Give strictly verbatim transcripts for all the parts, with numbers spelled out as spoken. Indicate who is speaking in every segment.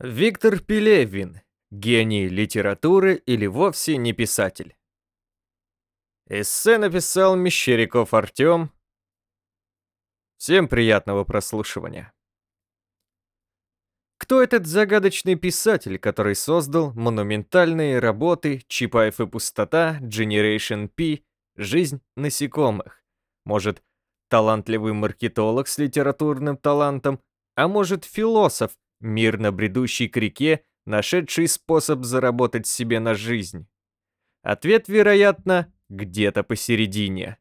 Speaker 1: Виктор Пелевин. Гений литературы или вовсе не писатель. Эссе написал Мещеряков Артем. Всем приятного прослушивания. Кто этот загадочный писатель, который создал монументальные работы «Чапаев и пустота», «Generation P», «Жизнь насекомых»? Может, талантливый маркетолог с литературным талантом, а может, философ, мирно бредущий к реке, нашедший способ заработать себе на жизнь? Ответ, вероятно, где-то посередине.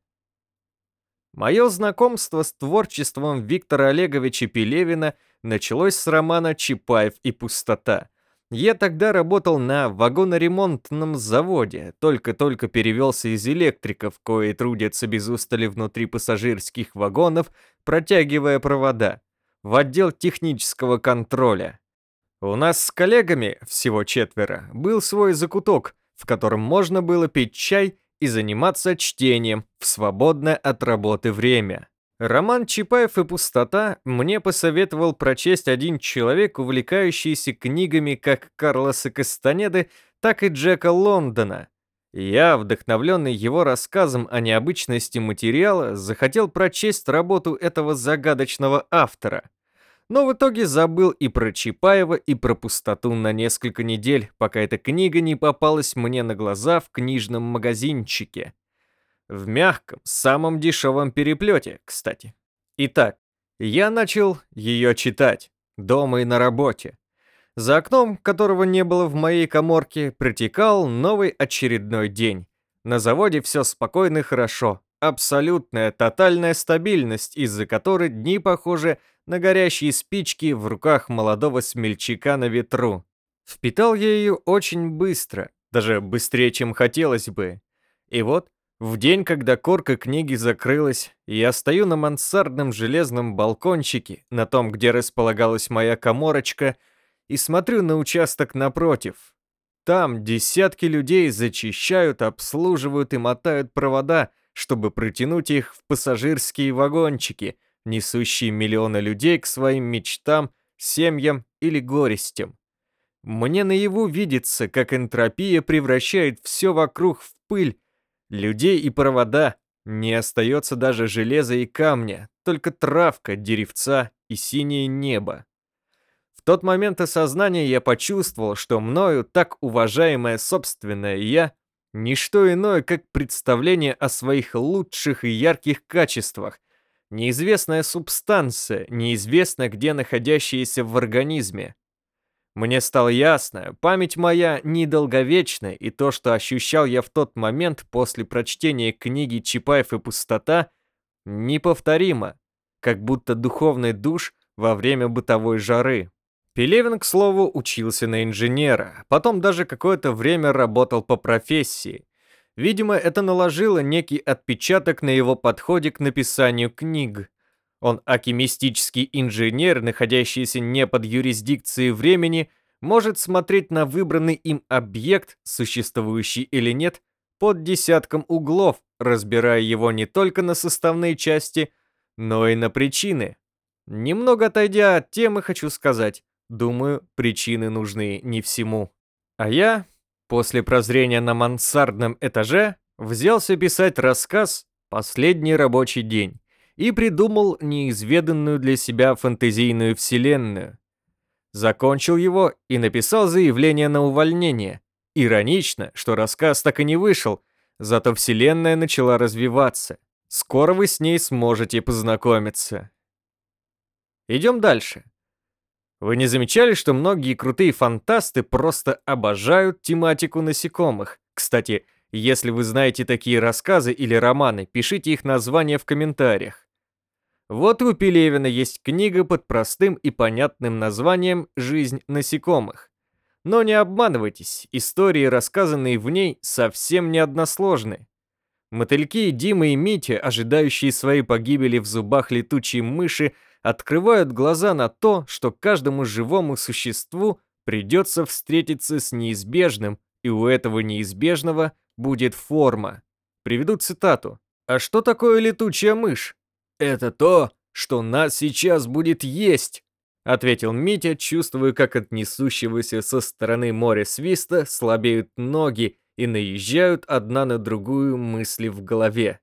Speaker 1: Мое знакомство с творчеством Виктора Олеговича Пелевина началось с романа «Чапаев и пустота». Я тогда работал на вагоноремонтном заводе, только-только перевелся из электриков, кои трудятся без устали внутри пассажирских вагонов, протягивая провода, в отдел технического контроля. У нас с коллегами, всего четверо, был свой закуток, в котором можно было пить чай и заниматься чтением в свободное от работы время. Роман «Чапаев и пустота» мне посоветовал прочесть один человек, увлекающийся книгами как Карлоса Кастанеды, так и Джека Лондона. Я, вдохновленный его рассказом о необычности материала, захотел прочесть работу этого загадочного автора. Но в итоге забыл и про Чапаева, и про пустоту на несколько недель, пока эта книга не попалась мне на глаза в книжном магазинчике. В мягком, самом дешевом переплете, кстати. Итак, я начал ее читать, дома и на работе. За окном, которого не было в моей каморке, протекал новый очередной день. На заводе все спокойно и хорошо. Абсолютная, тотальная стабильность, из-за которой дни похожи на горящие спички в руках молодого смельчака на ветру. Впитал я ее очень быстро, даже быстрее, чем хотелось бы. И вот, в день, когда корка книги закрылась, я стою на мансардном железном балкончике, на том, где располагалась моя каморочка, и смотрю на участок напротив. Там десятки людей зачищают, обслуживают и мотают провода, чтобы протянуть их в пассажирские вагончики, несущие миллионы людей к своим мечтам, семьям или горестям. Мне наяву видится, как энтропия превращает все вокруг в пыль, людей и провода, не остается даже железа и камня, только травка, деревца и синее небо. В тот момент осознания я почувствовал, что мною так уважаемое собственное «я» — ничто иное, как представление о своих лучших и ярких качествах, неизвестная субстанция, неизвестно где находящаяся в организме. Мне стало ясно, память моя недолговечна, и то, что ощущал я в тот момент после прочтения книги «Чапаев и пустота», неповторимо, как будто духовный душ во время бытовой жары. Пелевин, к слову, учился на инженера, потом даже какое-то время работал по профессии. Видимо, это наложило некий отпечаток на его подходе к написанию книг. Он, акимистический инженер, находящийся не под юрисдикцией времени, может смотреть на выбранный им объект, существующий или нет, под десятком углов, разбирая его не только на составные части, но и на причины. Немного отойдя от темы, хочу сказать, думаю, причины нужны не всему. А я, после прозрения на мансардном этаже, взялся писать рассказ «Последний рабочий день» и придумал неизведанную для себя фэнтезийную вселенную. Закончил его и написал заявление на увольнение. Иронично, что рассказ так и не вышел, зато вселенная начала развиваться. Скоро вы с ней сможете познакомиться. Идем дальше. Вы не замечали, что многие крутые фантасты просто обожают тематику насекомых? Кстати, если вы знаете такие рассказы или романы, пишите их названия в комментариях. Вот и у Пелевина есть книга под простым и понятным названием «Жизнь насекомых». Но не обманывайтесь, истории, рассказанные в ней, совсем не односложны. Мотыльки Дима и Митя, ожидающие своей погибели в зубах летучей мыши, открывают глаза на то, что каждому живому существу придется встретиться с неизбежным, и у этого неизбежного будет форма. Приведу цитату. «А что такое летучая мышь? Это то, что нас сейчас будет есть». ответил Митя, чувствуя, как от несущегося со стороны моря свиста слабеют ноги и наезжают одна на другую мысли в голове.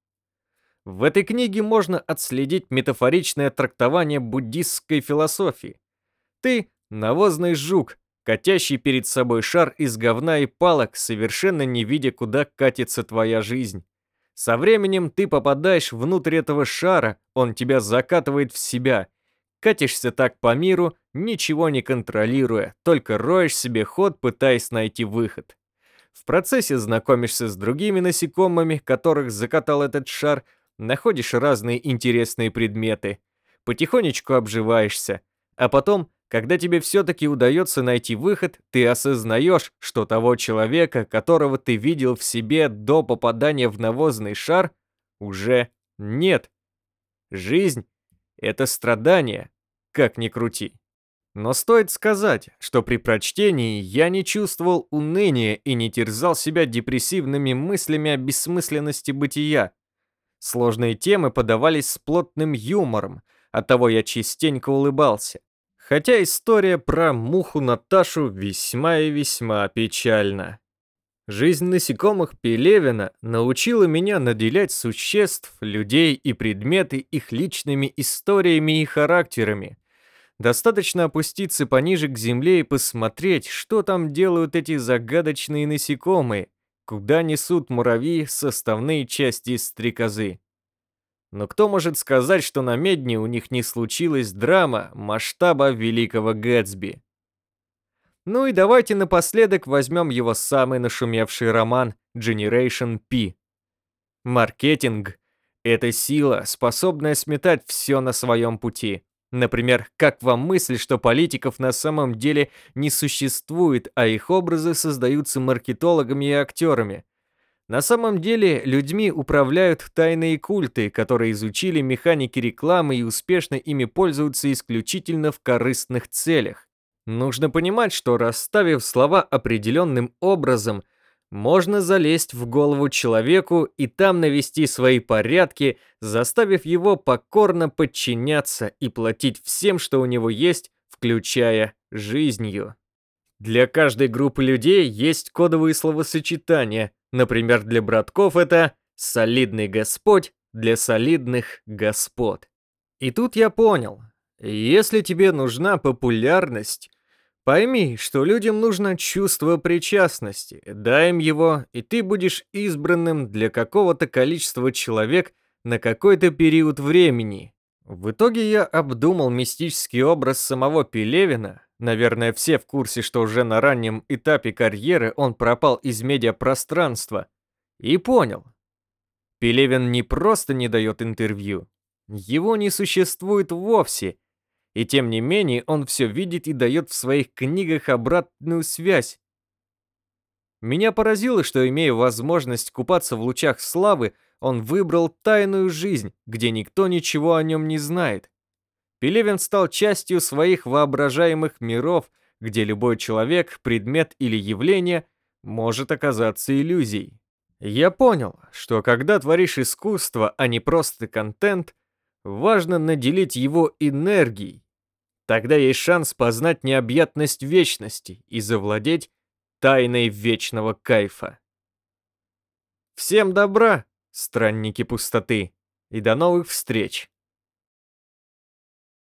Speaker 1: В этой книге можно отследить метафоричное трактование буддистской философии. Ты — навозный жук, катящий перед собой шар из говна и палок, совершенно не видя, куда катится твоя жизнь. Со временем ты попадаешь внутрь этого шара, он тебя закатывает в себя. Катишься так по миру, ничего не контролируя, только роешь себе ход, пытаясь найти выход. В процессе знакомишься с другими насекомыми, которых закатал этот шар, находишь разные интересные предметы, потихонечку обживаешься, а потом, когда тебе все-таки удается найти выход, ты осознаешь, что того человека, которого ты видел в себе до попадания в навозный шар, уже нет. Жизнь — это страдание, как ни крути. Но стоит сказать, что при прочтении я не чувствовал уныния и не терзал себя депрессивными мыслями о бессмысленности бытия. Сложные темы подавались с плотным юмором, оттого я частенько улыбался. Хотя история про муху Наташу весьма и весьма печальна. Жизнь насекомых Пелевина научила меня наделять существ, людей и предметы их личными историями и характерами. Достаточно опуститься пониже к земле и посмотреть, что там делают эти загадочные насекомые, куда несут муравьи составные части стрекозы. Но кто может сказать, что на Медне у них не случилась драма масштаба Великого Гэтсби? Ну и давайте напоследок возьмем его самый нашумевший роман Generation P. Маркетинг — это сила, способная сметать все на своем пути. Например, как вам мысль, что политиков на самом деле не существует, а их образы создаются маркетологами и актерами? На самом деле людьми управляют тайные культы, которые изучили механики рекламы и успешно ими пользуются исключительно в корыстных целях. Нужно понимать, что расставив слова определенным образом, можно залезть в голову человеку и там навести свои порядки, заставив его покорно подчиняться и платить всем, что у него есть, включая жизнью. Для каждой группы людей есть кодовые словосочетания. Например, для братков это «солидный господь», для солидных господ. И тут я понял, если тебе нужна популярность, пойми, что людям нужно чувство причастности, дай им его, и ты будешь избранным для какого-то количества человек на какой-то период времени. В итоге я обдумал мистический образ самого Пелевина. Наверное, все в курсе, что уже на раннем этапе карьеры он пропал из медиапространства. И понял. Пелевин не просто не дает интервью. Его не существует вовсе. И тем не менее он все видит и дает в своих книгах обратную связь. Меня поразило, что, имея возможность купаться в лучах славы, он выбрал тайную жизнь, где никто ничего о нем не знает. Пелевин стал частью своих воображаемых миров, где любой человек, предмет или явление может оказаться иллюзией. Я понял, что когда творишь искусство, а не просто контент, важно наделить его энергией. Тогда есть шанс познать необъятность вечности и завладеть тайной вечного кайфа. Всем добра, странники пустоты, и до новых встреч!